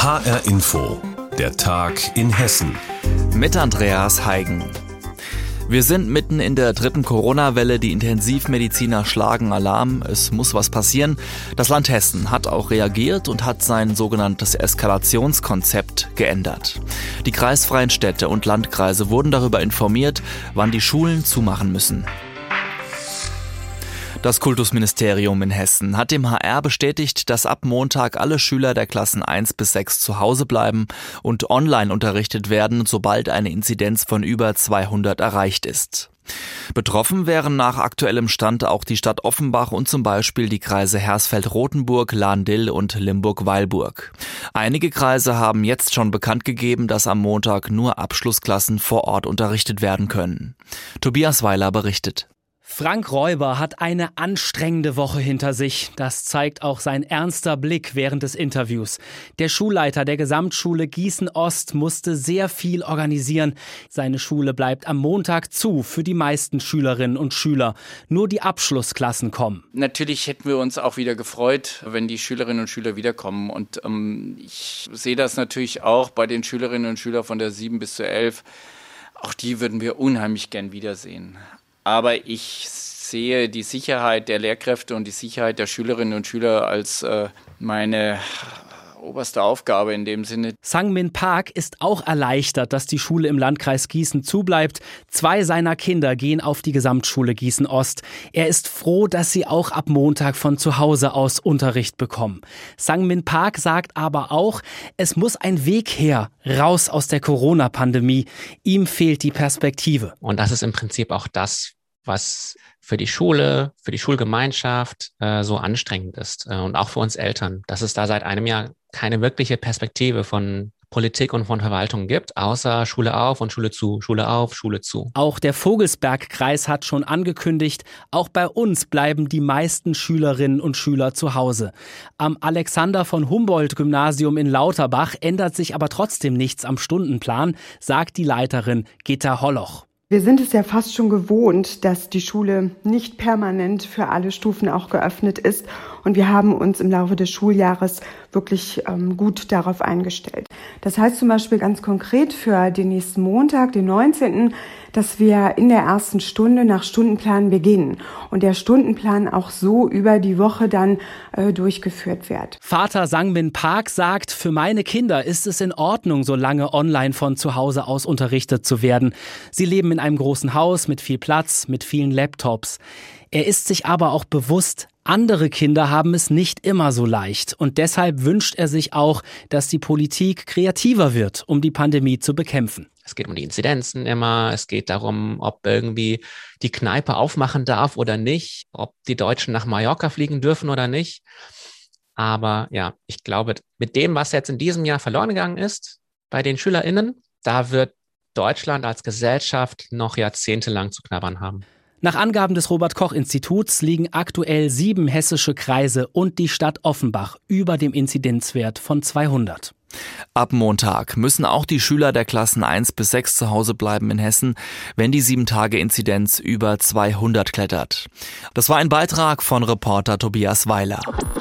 HR Info, der Tag in Hessen. Mit Andreas Heigen. Wir sind mitten in der dritten Corona-Welle. Die Intensivmediziner schlagen Alarm. Es muss was passieren. Das Land Hessen hat auch reagiert und hat sein sogenanntes Eskalationskonzept geändert. Die kreisfreien Städte und Landkreise wurden darüber informiert, wann die Schulen zumachen müssen. Das Kultusministerium in Hessen hat dem HR bestätigt, dass ab Montag alle Schüler der Klassen 1 bis 6 zu Hause bleiben und online unterrichtet werden, sobald eine Inzidenz von über 200 erreicht ist. Betroffen wären nach aktuellem Stand auch die Stadt Offenbach und zum Beispiel die Kreise Hersfeld-Rotenburg, Lahn-Dill und Limburg-Weilburg. Einige Kreise haben jetzt schon bekannt gegeben, dass am Montag nur Abschlussklassen vor Ort unterrichtet werden können. Tobias Weiler berichtet. Frank Räuber hat eine anstrengende Woche hinter sich. Das zeigt auch sein ernster Blick während des Interviews. Der Schulleiter der Gesamtschule Gießen-Ost musste sehr viel organisieren. Seine Schule bleibt am Montag zu für die meisten Schülerinnen und Schüler. Nur die Abschlussklassen kommen. Natürlich hätten wir uns auch wieder gefreut, wenn die Schülerinnen und Schüler wiederkommen. Und ich sehe das natürlich auch bei den Schülerinnen und Schülern von der 7 bis zur 11. Auch die würden wir unheimlich gern wiedersehen. Aber ich sehe die Sicherheit der Lehrkräfte und die Sicherheit der Schülerinnen und Schüler als meine oberste Aufgabe in dem Sinne. Sang-Min Park ist auch erleichtert, dass die Schule im Landkreis Gießen zubleibt. 2 seiner Kinder gehen auf die Gesamtschule Gießen-Ost. Er ist froh, dass sie auch ab Montag von zu Hause aus Unterricht bekommen. Sang-Min Park sagt aber auch, es muss ein Weg her, raus aus der Corona-Pandemie. Ihm fehlt die Perspektive. Und das ist im Prinzip auch das, was für die Schule, für die Schulgemeinschaft so anstrengend ist und auch für uns Eltern, dass es da seit einem Jahr keine wirkliche Perspektive von Politik und von Verwaltung gibt, außer Schule auf und Schule zu, Schule auf, Schule zu. Auch der Vogelsbergkreis hat schon angekündigt, auch bei uns bleiben die meisten Schülerinnen und Schüler zu Hause. Am Alexander von Humboldt-Gymnasium in Lauterbach ändert sich aber trotzdem nichts am Stundenplan, sagt die Leiterin Gitta Holloch. Wir sind es ja fast schon gewohnt, dass die Schule nicht permanent für alle Stufen auch geöffnet ist. Und wir haben uns im Laufe des Schuljahres wirklich gut darauf eingestellt. Das heißt zum Beispiel ganz konkret für den nächsten Montag, den 19., dass wir in der ersten Stunde nach Stundenplan beginnen und der Stundenplan auch so über die Woche dann durchgeführt wird. Vater Sang-Min Park sagt, für meine Kinder ist es in Ordnung, so lange online von zu Hause aus unterrichtet zu werden. Sie leben in einem großen Haus mit viel Platz, mit vielen Laptops. Er ist sich aber auch bewusst, andere Kinder haben es nicht immer so leicht und deshalb wünscht er sich auch, dass die Politik kreativer wird, um die Pandemie zu bekämpfen. Es geht um die Inzidenzen immer, es geht darum, ob irgendwie die Kneipe aufmachen darf oder nicht, ob die Deutschen nach Mallorca fliegen dürfen oder nicht. Aber ja, ich glaube, mit dem, was jetzt in diesem Jahr verloren gegangen ist bei den SchülerInnen, da wird Deutschland als Gesellschaft noch jahrzehntelang zu knabbern haben. Nach Angaben des Robert-Koch-Instituts liegen aktuell 7 hessische Kreise und die Stadt Offenbach über dem Inzidenzwert von 200. Ab Montag müssen auch die Schüler der Klassen 1 bis 6 zu Hause bleiben in Hessen, wenn die 7-Tage-Inzidenz über 200 klettert. Das war ein Beitrag von Reporter Tobias Weiler.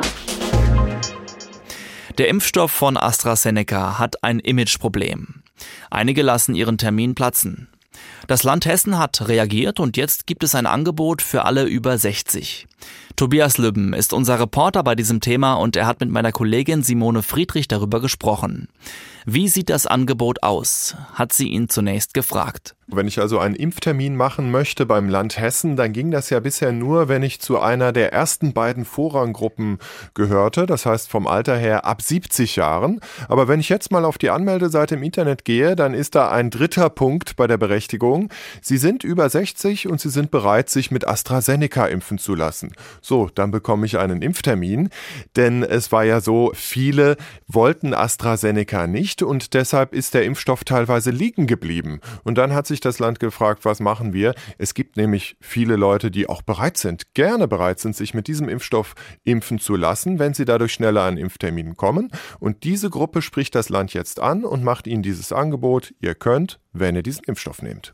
Der Impfstoff von AstraZeneca hat ein Imageproblem. Einige lassen ihren Termin platzen. Das Land Hessen hat reagiert und jetzt gibt es ein Angebot für alle über 60. Tobias Lübben ist unser Reporter bei diesem Thema und er hat mit meiner Kollegin Simone Friedrich darüber gesprochen. Wie sieht das Angebot aus? Hat sie ihn zunächst gefragt. Wenn ich also einen Impftermin machen möchte beim Land Hessen, dann ging das ja bisher nur, wenn ich zu einer der ersten beiden Vorranggruppen gehörte, das heißt vom Alter her ab 70 Jahren. Aber wenn ich jetzt mal auf die Anmeldeseite im Internet gehe, dann ist da ein dritter Punkt bei der Berechtigung. Sie sind über 60 und Sie sind bereit, sich mit AstraZeneca impfen zu lassen. So, dann bekomme ich einen Impftermin, denn es war ja so, viele wollten AstraZeneca nicht und deshalb ist der Impfstoff teilweise liegen geblieben. Und dann hat sich das Land gefragt, was machen wir? Es gibt nämlich viele Leute, die auch gerne bereit sind, sich mit diesem Impfstoff impfen zu lassen, wenn sie dadurch schneller an Impfterminen kommen. Und diese Gruppe spricht das Land jetzt an und macht ihnen dieses Angebot, ihr könnt, wenn ihr diesen Impfstoff nehmt.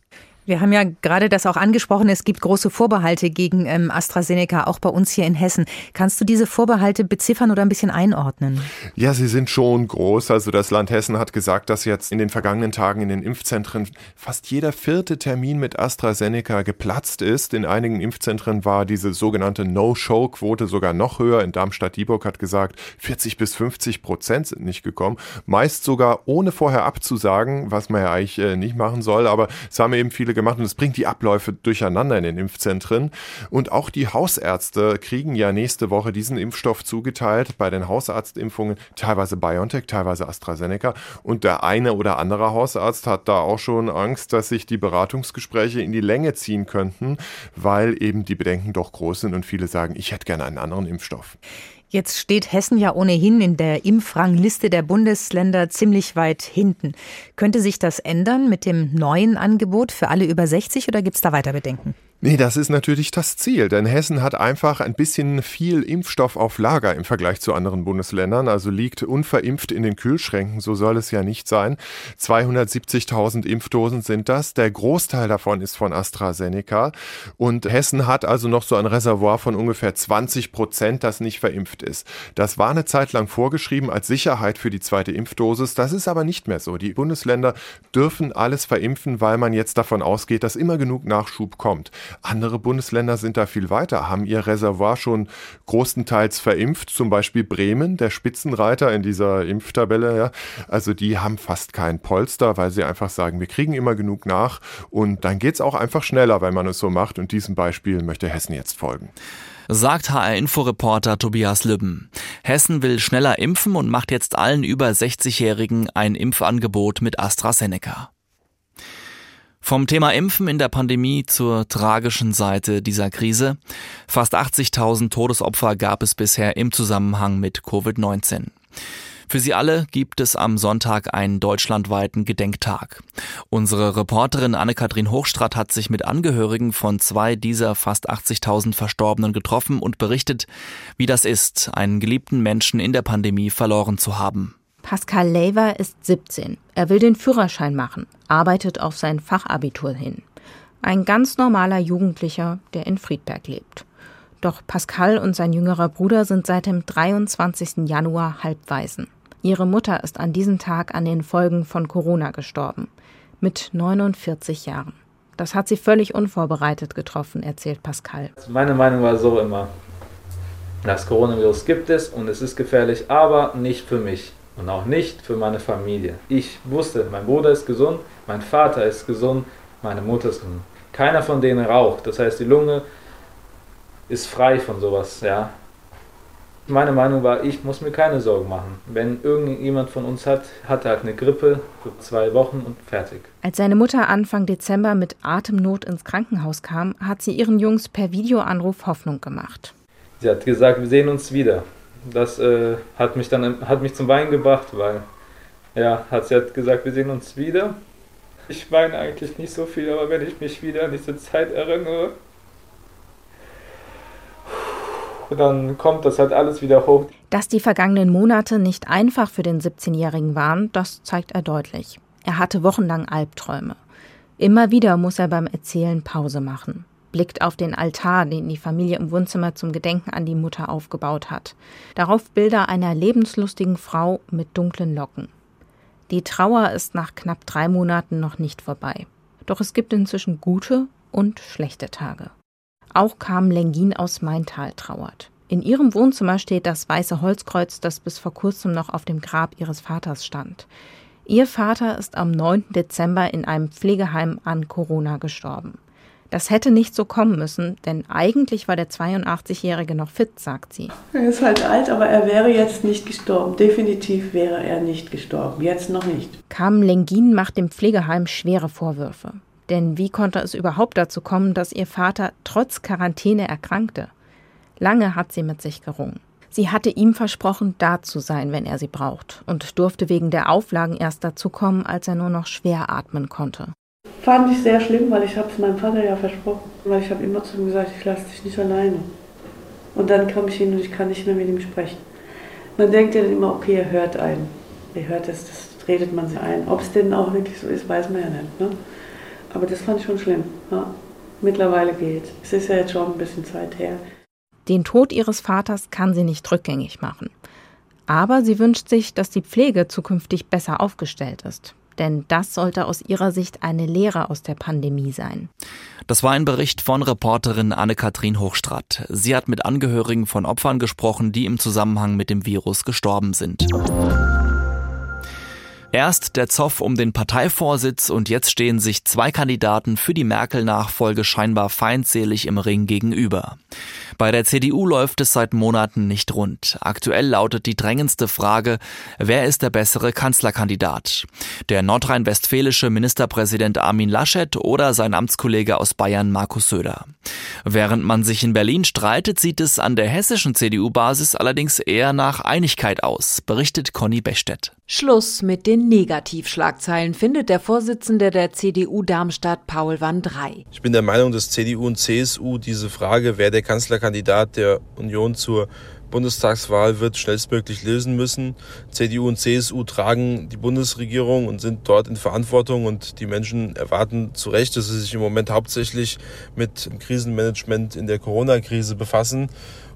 Wir haben ja gerade das auch angesprochen, es gibt große Vorbehalte gegen AstraZeneca, auch bei uns hier in Hessen. Kannst du diese Vorbehalte beziffern oder ein bisschen einordnen? Ja, sie sind schon groß. Also das Land Hessen hat gesagt, dass jetzt in den vergangenen Tagen in den Impfzentren fast jeder 4. Termin mit AstraZeneca geplatzt ist. In einigen Impfzentren war diese sogenannte No-Show-Quote sogar noch höher. In Darmstadt-Dieburg hat gesagt, 40-50% sind nicht gekommen. Meist sogar ohne vorher abzusagen, was man ja eigentlich nicht machen soll. Aber es haben eben viele gemacht und es bringt die Abläufe durcheinander in den Impfzentren. Und auch die Hausärzte kriegen ja nächste Woche diesen Impfstoff zugeteilt. Bei den Hausarztimpfungen teilweise BioNTech, teilweise AstraZeneca. Und der eine oder andere Hausarzt hat da auch schon Angst, dass sich die Beratungsgespräche in die Länge ziehen könnten, weil eben die Bedenken doch groß sind und viele sagen, ich hätte gerne einen anderen Impfstoff. Jetzt steht Hessen ja ohnehin in der Impfrangliste der Bundesländer ziemlich weit hinten. Könnte sich das ändern mit dem neuen Angebot für alle über 60 oder gibt es da weiter Bedenken? Nee, das ist natürlich das Ziel, denn Hessen hat einfach ein bisschen viel Impfstoff auf Lager im Vergleich zu anderen Bundesländern, also liegt unverimpft in den Kühlschränken, so soll es ja nicht sein. 270.000 Impfdosen sind das, der Großteil davon ist von AstraZeneca und Hessen hat also noch so ein Reservoir von ungefähr 20%, das nicht verimpft ist. Das war eine Zeit lang vorgeschrieben als Sicherheit für die zweite Impfdosis, das ist aber nicht mehr so. Die Bundesländer dürfen alles verimpfen, weil man jetzt davon ausgeht, dass immer genug Nachschub kommt. Andere Bundesländer sind da viel weiter, haben ihr Reservoir schon großenteils verimpft, zum Beispiel Bremen, der Spitzenreiter in dieser Impftabelle. Ja. Also die haben fast kein Polster, weil sie einfach sagen, wir kriegen immer genug nach und dann geht es auch einfach schneller, wenn man es so macht und diesem Beispiel möchte Hessen jetzt folgen. Sagt HR-Info-Reporter Tobias Lübben. Hessen will schneller impfen und macht jetzt allen über 60-Jährigen ein Impfangebot mit AstraZeneca. Vom Thema Impfen in der Pandemie zur tragischen Seite dieser Krise. Fast 80.000 Todesopfer gab es bisher im Zusammenhang mit Covid-19. Für sie alle gibt es am Sonntag einen deutschlandweiten Gedenktag. Unsere Reporterin Anne-Kathrin Hochstraat hat sich mit Angehörigen von 2 dieser fast 80.000 Verstorbenen getroffen und berichtet, wie das ist, einen geliebten Menschen in der Pandemie verloren zu haben. Pascal Lever ist 17. Er will den Führerschein machen, arbeitet auf sein Fachabitur hin. Ein ganz normaler Jugendlicher, der in Friedberg lebt. Doch Pascal und sein jüngerer Bruder sind seit dem 23. Januar Halbwaisen. Ihre Mutter ist an diesem Tag an den Folgen von Corona gestorben. Mit 49 Jahren. Das hat sie völlig unvorbereitet getroffen, erzählt Pascal. Meine Meinung war so immer, das Coronavirus gibt es und es ist gefährlich, aber nicht für mich. Und auch nicht für meine Familie. Ich wusste, mein Bruder ist gesund, mein Vater ist gesund, meine Mutter ist gesund. Keiner von denen raucht. Das heißt, die Lunge ist frei von sowas. Ja. Meine Meinung war, ich muss mir keine Sorgen machen. Wenn irgendjemand von uns hat er halt eine Grippe für 2 Wochen und fertig. Als seine Mutter Anfang Dezember mit Atemnot ins Krankenhaus kam, hat sie ihren Jungs per Videoanruf Hoffnung gemacht. Sie hat gesagt, wir sehen uns wieder. Das hat mich zum Weinen gebracht, weil sie hat gesagt, wir sehen uns wieder. Ich weine eigentlich nicht so viel, aber wenn ich mich wieder an diese Zeit erinnere, dann kommt das halt alles wieder hoch. Dass die vergangenen Monate nicht einfach für den 17-Jährigen waren, das zeigt er deutlich. Er hatte wochenlang Albträume. Immer wieder muss er beim Erzählen Pause machen. Blickt auf den Altar, den die Familie im Wohnzimmer zum Gedenken an die Mutter aufgebaut hat. Darauf Bilder einer lebenslustigen Frau mit dunklen Locken. Die Trauer ist nach knapp 3 Monaten noch nicht vorbei. Doch es gibt inzwischen gute und schlechte Tage. Auch Carmen Lengin aus Maintal trauert. In ihrem Wohnzimmer steht das weiße Holzkreuz, das bis vor kurzem noch auf dem Grab ihres Vaters stand. Ihr Vater ist am 9. Dezember in einem Pflegeheim an Corona gestorben. Das hätte nicht so kommen müssen, denn eigentlich war der 82-Jährige noch fit, sagt sie. Er ist halt alt, aber er wäre jetzt nicht gestorben. Definitiv wäre er nicht gestorben, jetzt noch nicht. Carmen Lengin macht dem Pflegeheim schwere Vorwürfe. Denn wie konnte es überhaupt dazu kommen, dass ihr Vater trotz Quarantäne erkrankte? Lange hat sie mit sich gerungen. Sie hatte ihm versprochen, da zu sein, wenn er sie braucht, und durfte wegen der Auflagen erst dazu kommen, als er nur noch schwer atmen konnte. Fand ich sehr schlimm, weil ich habe es meinem Vater ja versprochen. Weil ich habe immer zu ihm gesagt, ich lasse dich nicht alleine. Und dann kam ich hin und ich kann nicht mehr mit ihm sprechen. Man denkt ja dann immer, okay, er hört einen. Er hört das redet man sich ein. Ob es denn auch wirklich so ist, weiß man ja nicht. Ne? Aber das fand ich schon schlimm. Ja. Mittlerweile geht's. Es ist ja jetzt schon ein bisschen Zeit her. Den Tod ihres Vaters kann sie nicht rückgängig machen. Aber sie wünscht sich, dass die Pflege zukünftig besser aufgestellt ist. Denn das sollte aus ihrer Sicht eine Lehre aus der Pandemie sein. Das war ein Bericht von Reporterin Anne-Kathrin Hochstraat. Sie hat mit Angehörigen von Opfern gesprochen, die im Zusammenhang mit dem Virus gestorben sind. Erst der Zoff um den Parteivorsitz und jetzt stehen sich zwei Kandidaten für die Merkel-Nachfolge scheinbar feindselig im Ring gegenüber. Bei der CDU läuft es seit Monaten nicht rund. Aktuell lautet die drängendste Frage, wer ist der bessere Kanzlerkandidat? Der nordrhein-westfälische Ministerpräsident Armin Laschet oder sein Amtskollege aus Bayern Markus Söder? Während man sich in Berlin streitet, sieht es an der hessischen CDU-Basis allerdings eher nach Einigkeit aus, berichtet Conny Bechstedt. Schluss mit den Negativschlagzeilen, findet der Vorsitzende der CDU Darmstadt Paul van Drey. Ich bin der Meinung, dass CDU und CSU diese Frage, wer der Kanzlerkandidat der Union zur Bundestagswahl wird, schnellstmöglich lösen müssen. CDU und CSU tragen die Bundesregierung und sind dort in Verantwortung und die Menschen erwarten zu Recht, dass sie sich im Moment hauptsächlich mit dem Krisenmanagement in der Corona-Krise befassen.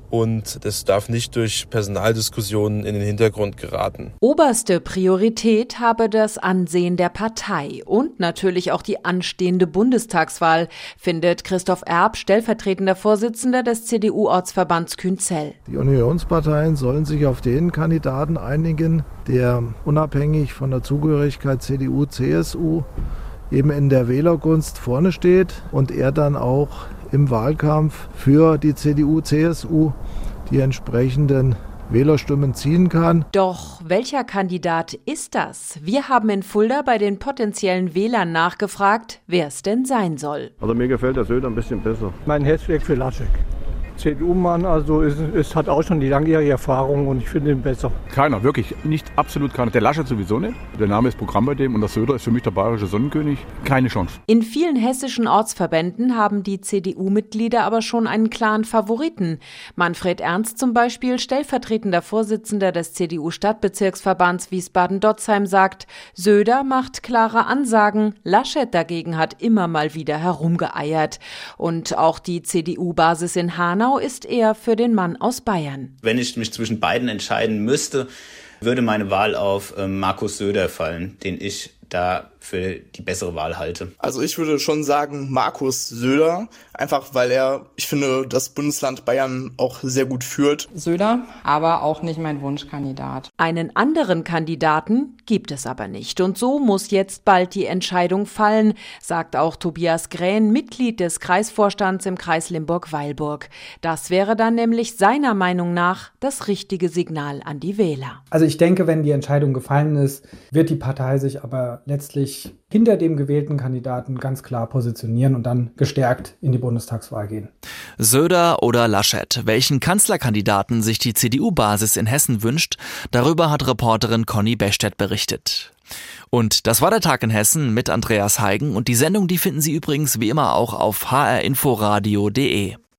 Und das darf nicht durch Personaldiskussionen in den Hintergrund geraten. Oberste Priorität habe das Ansehen der Partei und natürlich auch die anstehende Bundestagswahl, findet Christoph Erb, stellvertretender Vorsitzender des CDU-Ortsverbands Künzell. Die Unionsparteien sollen sich auf den Kandidaten einigen, der unabhängig von der Zugehörigkeit CDU, CSU eben in der Wählergunst vorne steht und er dann auch im Wahlkampf für die CDU, CSU die entsprechenden Wählerstimmen ziehen kann. Doch welcher Kandidat ist das? Wir haben in Fulda bei den potenziellen Wählern nachgefragt, wer es denn sein soll. Also mir gefällt der Söder ein bisschen besser. Mein Herz schlägt für Laschet. CDU-Mann, also hat auch schon die langjährige Erfahrung und ich finde ihn besser. Keiner, wirklich, nicht absolut keiner. Der Laschet sowieso nicht. Der Name ist Programm bei dem und der Söder ist für mich der bayerische Sonnenkönig. Keine Chance. In vielen hessischen Ortsverbänden haben die CDU-Mitglieder aber schon einen klaren Favoriten. Manfred Ernst zum Beispiel, stellvertretender Vorsitzender des CDU-Stadtbezirksverbands Wiesbaden-Dotzheim, sagt, Söder macht klare Ansagen, Laschet dagegen hat immer mal wieder herumgeeiert. Und auch die CDU-Basis in Hanau ist eher für den Mann aus Bayern. Wenn ich mich zwischen beiden entscheiden müsste, würde meine Wahl auf Markus Söder fallen, den ich da für die bessere Wahl halte. Also ich würde schon sagen Markus Söder, einfach weil er, ich finde, das Bundesland Bayern auch sehr gut führt. Söder, aber auch nicht mein Wunschkandidat. Einen anderen Kandidaten gibt es aber nicht. Und so muss jetzt bald die Entscheidung fallen, sagt auch Tobias Grähn, Mitglied des Kreisvorstands im Kreis Limburg-Weilburg. Das wäre dann nämlich seiner Meinung nach das richtige Signal an die Wähler. Also ich denke, wenn die Entscheidung gefallen ist, wird die Partei sich aber letztlich hinter dem gewählten Kandidaten ganz klar positionieren und dann gestärkt in die Bundestagswahl gehen. Söder oder Laschet, welchen Kanzlerkandidaten sich die CDU-Basis in Hessen wünscht, darüber hat Reporterin Conny Bechstedt berichtet. Und das war der Tag in Hessen mit Andreas Heigen und die Sendung, die finden Sie übrigens wie immer auch auf hrinforadio.de.